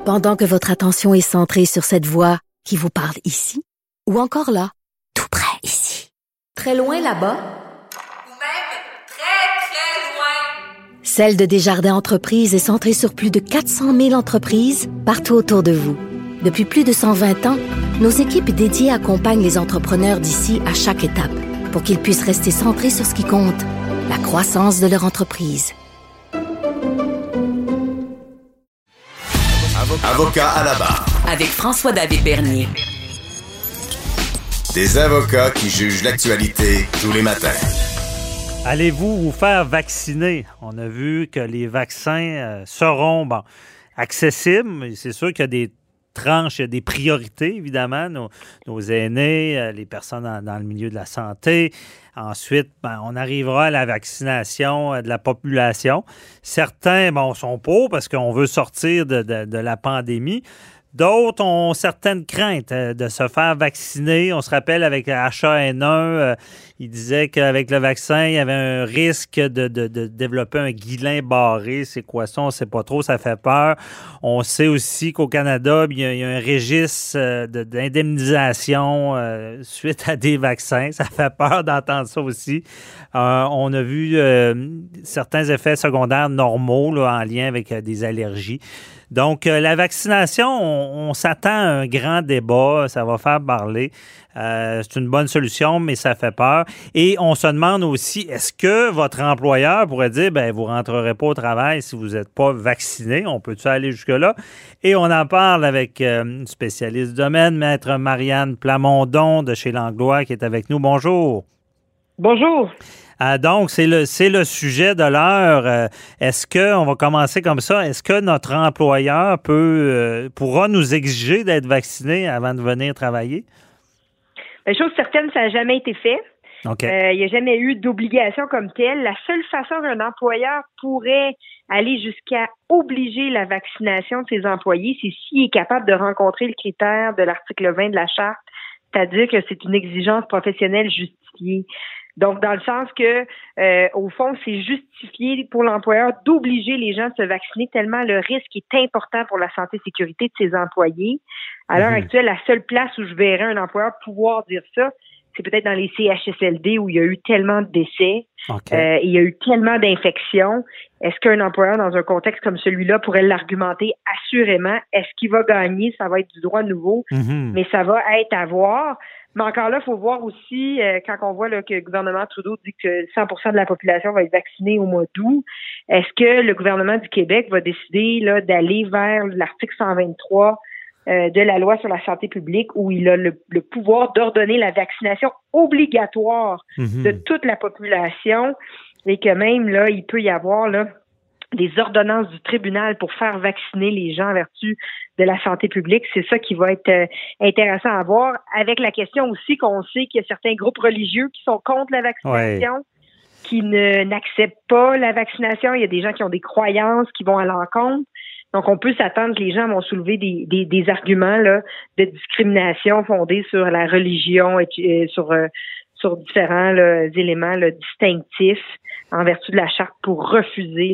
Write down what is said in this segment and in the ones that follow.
Pendant que votre attention est centrée sur cette voix qui vous parle ici, ou encore là, tout près ici, très loin là-bas, ou même très, très loin. Celle de Desjardins Entreprises est centrée sur plus de 400 000 entreprises partout autour de vous. Depuis plus de 120 ans, nos équipes dédiées accompagnent les entrepreneurs d'ici à chaque étape pour qu'ils puissent rester centrés sur ce qui compte, la croissance de leur entreprise. Avocat à la barre. Avec François-David Bernier. Des avocats qui jugent l'actualité tous les matins. Allez-vous vous faire vacciner? On a vu que les vaccins seront accessibles. C'est sûr qu'il y a des tranches, il y a des priorités, évidemment. Nos aînés, les personnes dans le milieu de la santé. Ensuite, on arrivera à la vaccination de la population. Certains sont pour parce qu'on veut sortir de la pandémie. D'autres ont certaines craintes de se faire vacciner. On se rappelle avec H1N1, il disait qu'avec le vaccin, il y avait un risque de développer un guillain barré. C'est quoi ça? On ne sait pas trop, ça fait peur. On sait aussi qu'au Canada, il y a un registre d'indemnisation suite à des vaccins. Ça fait peur d'entendre ça aussi. On a vu certains effets secondaires normaux là, en lien avec des allergies. Donc, la vaccination, on s'attend à un grand débat, ça va faire parler. C'est une bonne solution, mais ça fait peur. Et on se demande aussi, est-ce que votre employeur pourrait dire, vous ne rentrerez pas au travail si vous n'êtes pas vacciné? On peut-tu aller jusque-là? Et on en parle avec une spécialiste du domaine, Maître Marianne Plamondon de chez Langlois, qui est avec nous. Bonjour. Bonjour. Donc, c'est le sujet de l'heure. Est-ce que, on va commencer comme ça, est-ce que notre employeur pourra nous exiger d'être vaccinés avant de venir travailler? Chose certaine, ça n'a jamais été fait. Okay. Il n'y a jamais eu d'obligation comme telle. La seule façon qu'un employeur pourrait aller jusqu'à obliger la vaccination de ses employés, c'est s'il est capable de rencontrer le critère de l'article 20 de la Charte, c'est-à-dire que c'est une exigence professionnelle justifiée. Donc, dans le sens que, au fond, c'est justifié pour l'employeur d'obliger les gens à se vacciner tellement le risque est important pour la santé et sécurité de ses employés. À l'heure actuelle, la seule place où je verrais un employeur pouvoir dire ça, c'est peut-être dans les CHSLD où il y a eu tellement de décès, il y a eu tellement d'infections. Est-ce qu'un employeur dans un contexte comme celui-là pourrait l'argumenter? Assurément. Est-ce qu'il va gagner? Ça va être du droit nouveau, mais ça va être à voir. Mais encore là, il faut voir aussi, quand on voit là, que le gouvernement Trudeau dit que 100% de la population va être vaccinée au mois d'août, est-ce que le gouvernement du Québec va décider là, d'aller vers l'article 123 de la loi sur la santé publique où il a le pouvoir d'ordonner la vaccination obligatoire de toute la population et que même là, il peut y avoir là des ordonnances du tribunal pour faire vacciner les gens en vertu de la santé publique. C'est ça qui va être intéressant à voir, avec la question aussi qu'on sait qu'il y a certains groupes religieux qui sont contre la vaccination, qui n'acceptent pas la vaccination. Il y a des gens qui ont des croyances qui vont à l'encontre. Donc, on peut s'attendre que les gens vont soulever des arguments là, de discrimination fondés sur la religion et sur différents éléments distinctifs en vertu de la charte pour refuser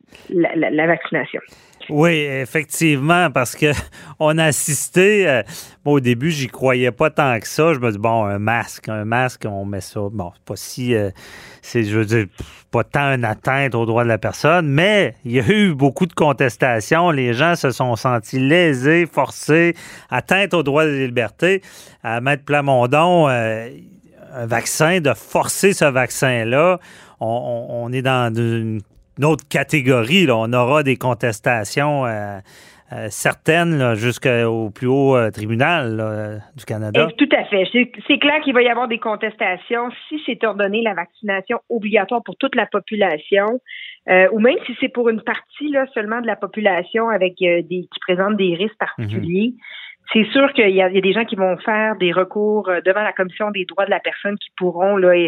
la vaccination. Oui, effectivement, parce que on a assisté, au début, j'y croyais pas tant que ça. Je me dis, un masque, on met ça. Bon, c'est pas si, je veux dire, pas tant une atteinte aux droits de la personne, mais il y a eu beaucoup de contestations. Les gens se sont sentis lésés, forcés, atteintes aux droits des libertés. Maître Plamondon, un vaccin, de forcer ce vaccin-là, on est dans une autre catégorie. Là. On aura des contestations certaines là, jusqu'au plus haut tribunal là, du Canada. Tout à fait. C'est clair qu'il va y avoir des contestations si c'est ordonné la vaccination obligatoire pour toute la population, ou même si c'est pour une partie là, seulement de la population avec qui présentent des risques particuliers. C'est sûr qu'il y a des gens qui vont faire des recours devant la Commission des droits de la personne qui pourront là,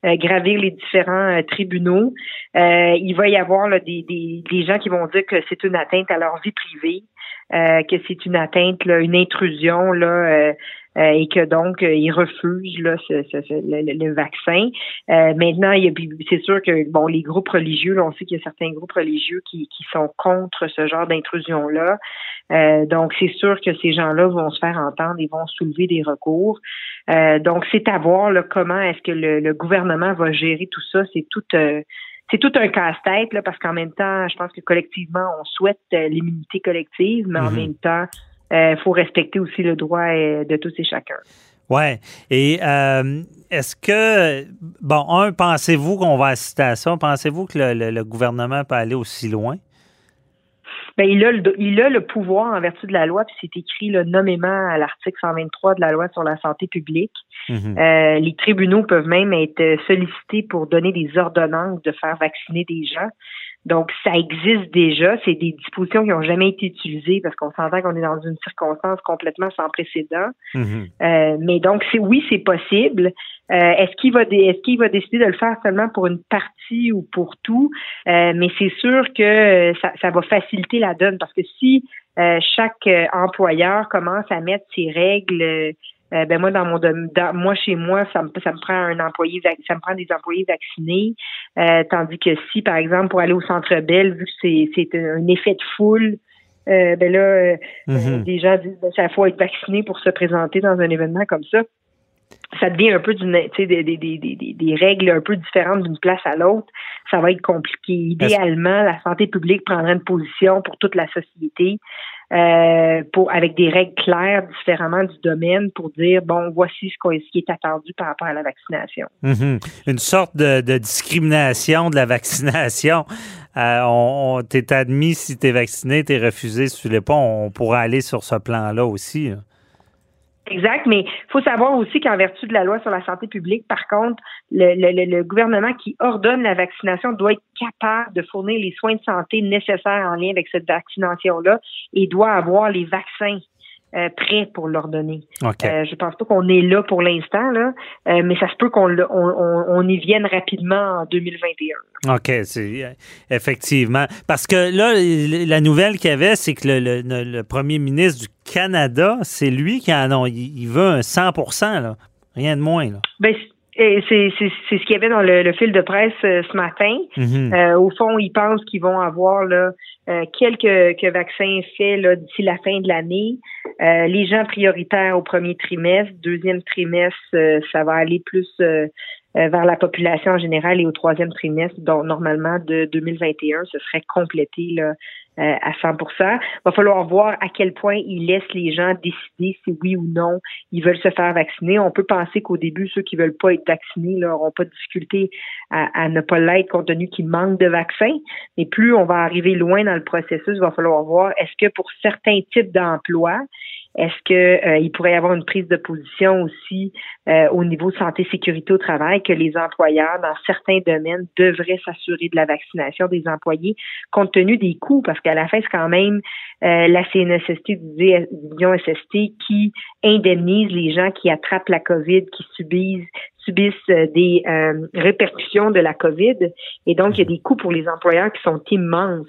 gravir les différents tribunaux. Il va y avoir là, des gens qui vont dire que c'est une atteinte à leur vie privée, que c'est une atteinte, là, une intrusion, là, et que donc ils refusent là le vaccin. Maintenant, c'est sûr que bon, les groupes religieux, là, on sait qu'il y a certains groupes religieux qui sont contre ce genre d'intrusion-là. Donc, c'est sûr que ces gens-là vont se faire entendre et vont soulever des recours. Donc, c'est à voir là, comment est-ce que le gouvernement va gérer tout ça. C'est tout un casse-tête, là, parce qu'en même temps, je pense que collectivement, on souhaite l'immunité collective, mais en même temps, faut respecter aussi le droit de tous et chacun. Ouais. Et est-ce que, bon, pensez-vous qu'on va assister à ça? Pensez-vous que le gouvernement peut aller aussi loin? Ben, il a le pouvoir en vertu de la loi, puis c'est écrit là, nommément à l'article 123 de la loi sur la santé publique. Les tribunaux peuvent même être sollicités pour donner des ordonnances de faire vacciner des gens. Donc, ça existe déjà. C'est des dispositions qui n'ont jamais été utilisées parce qu'on s'entend qu'on est dans une circonstance complètement sans précédent. Mais donc, c'est possible. Est-ce qu'il va décider de le faire seulement pour une partie ou pour tout? Mais c'est sûr que ça va faciliter la donne parce que si chaque employeur commence à mettre ses règles, ben moi moi chez moi ça me prend ça me prend des employés vaccinés, tandis que si par exemple pour aller au Centre Bell, vu que c'est un effet de foule, ben là des gens disent ça faut être vacciné pour se présenter dans un événement comme ça. Ça devient un peu des règles un peu différentes d'une place à l'autre. Ça va être compliqué. Idéalement, la santé publique prendrait une position pour toute la société, avec des règles claires différemment du domaine pour dire, bon, voici ce qui est attendu par rapport à la vaccination. Une sorte de discrimination de la vaccination. T'es admis si t'es vacciné, t'es refusé si tu l'es pas. On pourrait aller sur ce plan-là aussi. Là. Exact, mais il faut savoir aussi qu'en vertu de la loi sur la santé publique, par contre, le gouvernement qui ordonne la vaccination doit être capable de fournir les soins de santé nécessaires en lien avec cette vaccination-là et doit avoir les vaccins prêts pour l'ordonner. Okay. Je pense pas qu'on est là pour l'instant, là, mais ça se peut qu'on y vienne rapidement en 2021. OK, effectivement. Parce que là, la nouvelle qu'il y avait, c'est que le premier ministre du Canada, c'est lui qui il veut un 100%, là. Rien de moins, là. Ben, c'est ce qu'il y avait dans le fil de presse ce matin. Au fond, ils pensent qu'ils vont avoir là quelques vaccins faits là d'ici la fin de l'année. Les gens prioritaires au premier trimestre, deuxième trimestre, ça va aller plus vers la population en général et au troisième trimestre, donc normalement de 2021, ce serait complété là à 100%. Il va falloir voir à quel point ils laissent les gens décider si oui ou non ils veulent se faire vacciner. On peut penser qu'au début, ceux qui veulent pas être vaccinés n'auront pas de difficulté à ne pas l'être compte tenu qu'ils manquent de vaccins. Mais plus on va arriver loin dans le processus, il va falloir voir est-ce que pour certains types d'emplois, est-ce que il pourrait y avoir une prise de position aussi au niveau santé-sécurité au travail que les employeurs dans certains domaines devraient s'assurer de la vaccination des employés compte tenu des coûts parce qu'à la fin c'est quand même la CNSST division SST qui indemnise les gens qui attrapent la COVID, qui subissent des répercussions de la COVID et donc il y a des coûts pour les employeurs qui sont immenses.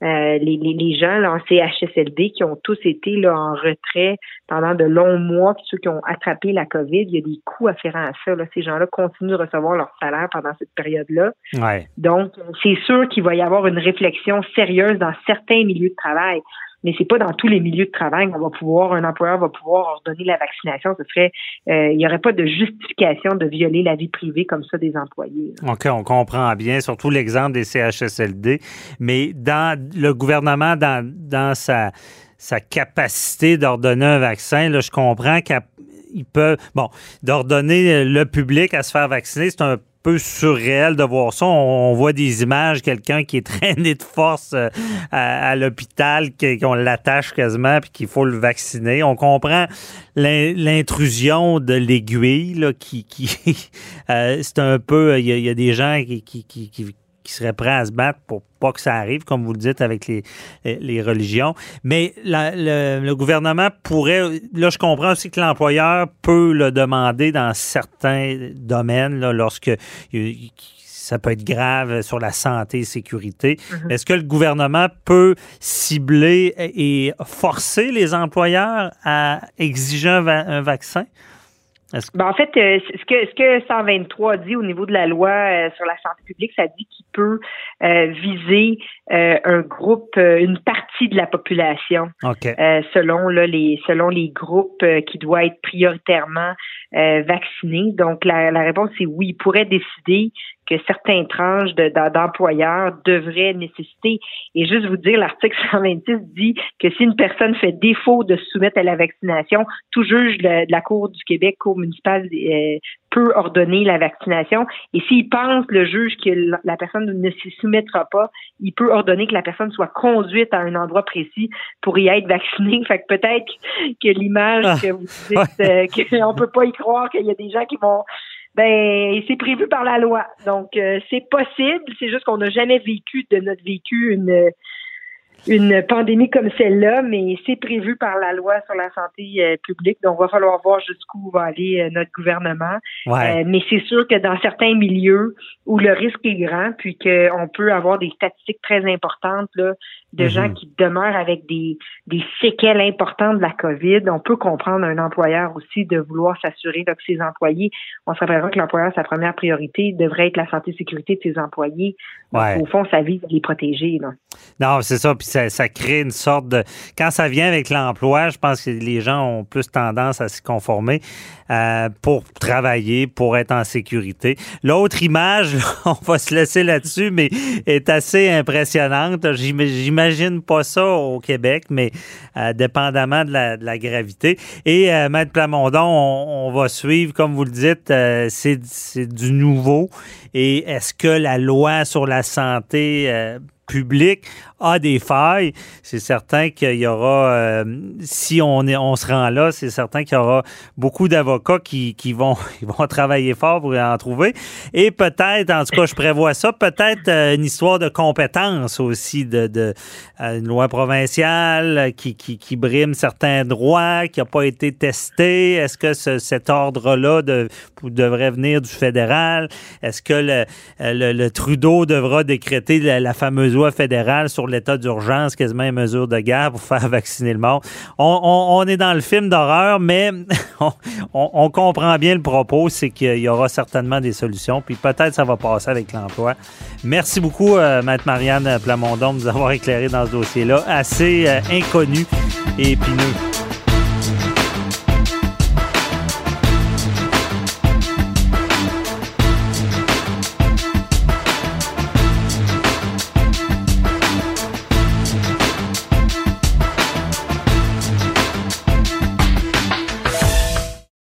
Les gens là, en CHSLD qui ont tous été là en retrait pendant de longs mois, puis ceux qui ont attrapé la COVID, il y a des coûts afférents à ça. Là. Ces gens-là continuent de recevoir leur salaire pendant cette période-là. Ouais. Donc, c'est sûr qu'il va y avoir une réflexion sérieuse dans certains milieux de travail. Mais c'est pas dans tous les milieux de travail un employeur va pouvoir ordonner la vaccination. Ce serait, il y aurait pas de justification de violer la vie privée comme ça des employés. OK, on comprend bien, surtout l'exemple des CHSLD. Mais dans le gouvernement, dans sa capacité d'ordonner un vaccin, là, je comprends qu'il peut, d'ordonner le public à se faire vacciner, c'est un peu surréel de voir ça. On voit des images, quelqu'un qui est traîné de force à l'hôpital, qu'on l'attache quasiment, puis qu'il faut le vacciner. On comprend l'intrusion de l'aiguille, là, qui c'est un peu... Il y a des gens qui qui seraient prêts à se battre pour pas que ça arrive, comme vous le dites, avec les religions. Mais le gouvernement pourrait... Là, je comprends aussi que l'employeur peut le demander dans certains domaines, là, lorsque... ça peut être grave sur la santé et sécurité. Mm-hmm. Est-ce que le gouvernement peut cibler et forcer les employeurs à exiger un vaccin? En fait, ce que 123 dit au niveau de la loi sur la santé publique, ça dit qu'il peut viser un groupe, une partie de la population, selon les groupes qui doivent être prioritairement vaccinés. Donc, la réponse c'est oui. Il pourrait décider que certaines tranches d'employeurs devraient nécessiter. Et juste vous dire, l'article 126 dit que si une personne fait défaut de se soumettre à la vaccination, tout juge de la Cour du Québec, Cour municipale, peut ordonner la vaccination. Et s'il pense, le juge, que la personne ne s'y soumettra pas, il peut ordonner que la personne soit conduite à un endroit précis pour y être vaccinée. Fait que peut-être que l'image que vous dites, qu'on peut pas y croire qu'il y a des gens qui vont... Ben, c'est prévu par la loi. Donc, c'est possible. C'est juste qu'on n'a jamais vécu de notre vécu une pandémie comme celle-là, mais c'est prévu par la loi sur la santé publique. Donc, il va falloir voir jusqu'où va aller notre gouvernement. Ouais. Mais c'est sûr que dans certains milieux où le risque est grand, puis qu'on peut avoir des statistiques très importantes là, de gens qui demeurent avec des séquelles importantes de la COVID, on peut comprendre un employeur aussi de vouloir s'assurer là, que ses employés, on se rappellera que l'employeur, sa première priorité devrait être la santé et sécurité de ses employés. Donc, au fond, ça vise à les protéger. Là. Non, c'est ça. Puis ça crée une sorte de... Quand ça vient avec l'emploi, je pense que les gens ont plus tendance à s'y conformer pour travailler, pour être en sécurité. L'autre image, là, on va se laisser là-dessus, mais est assez impressionnante. J'imagine pas ça au Québec, mais dépendamment de la gravité. Et Maître Plamondon, on va suivre, comme vous le dites, c'est du nouveau. Et est-ce que la loi sur la santé public a des failles, c'est certain qu'il y aura, si on se rend là, c'est certain qu'il y aura beaucoup d'avocats qui vont travailler fort pour en trouver. Et peut-être, en tout cas, je prévois ça, peut-être une histoire de compétence aussi, de une loi provinciale qui brime certains droits, qui n'a pas été testé. Est-ce que cet ordre-là devrait venir du fédéral? Est-ce que le Trudeau devra décréter la fameuse loi fédérale sur l'état d'urgence, quasiment une mesure de guerre pour faire vacciner le monde? On est dans le film d'horreur, mais on comprend bien le propos, c'est qu'il y aura certainement des solutions, puis peut-être ça va passer avec l'emploi. Merci beaucoup, Maître Marianne Plamondon, de nous avoir éclairé dans ce dossier-là, assez inconnu et épineux.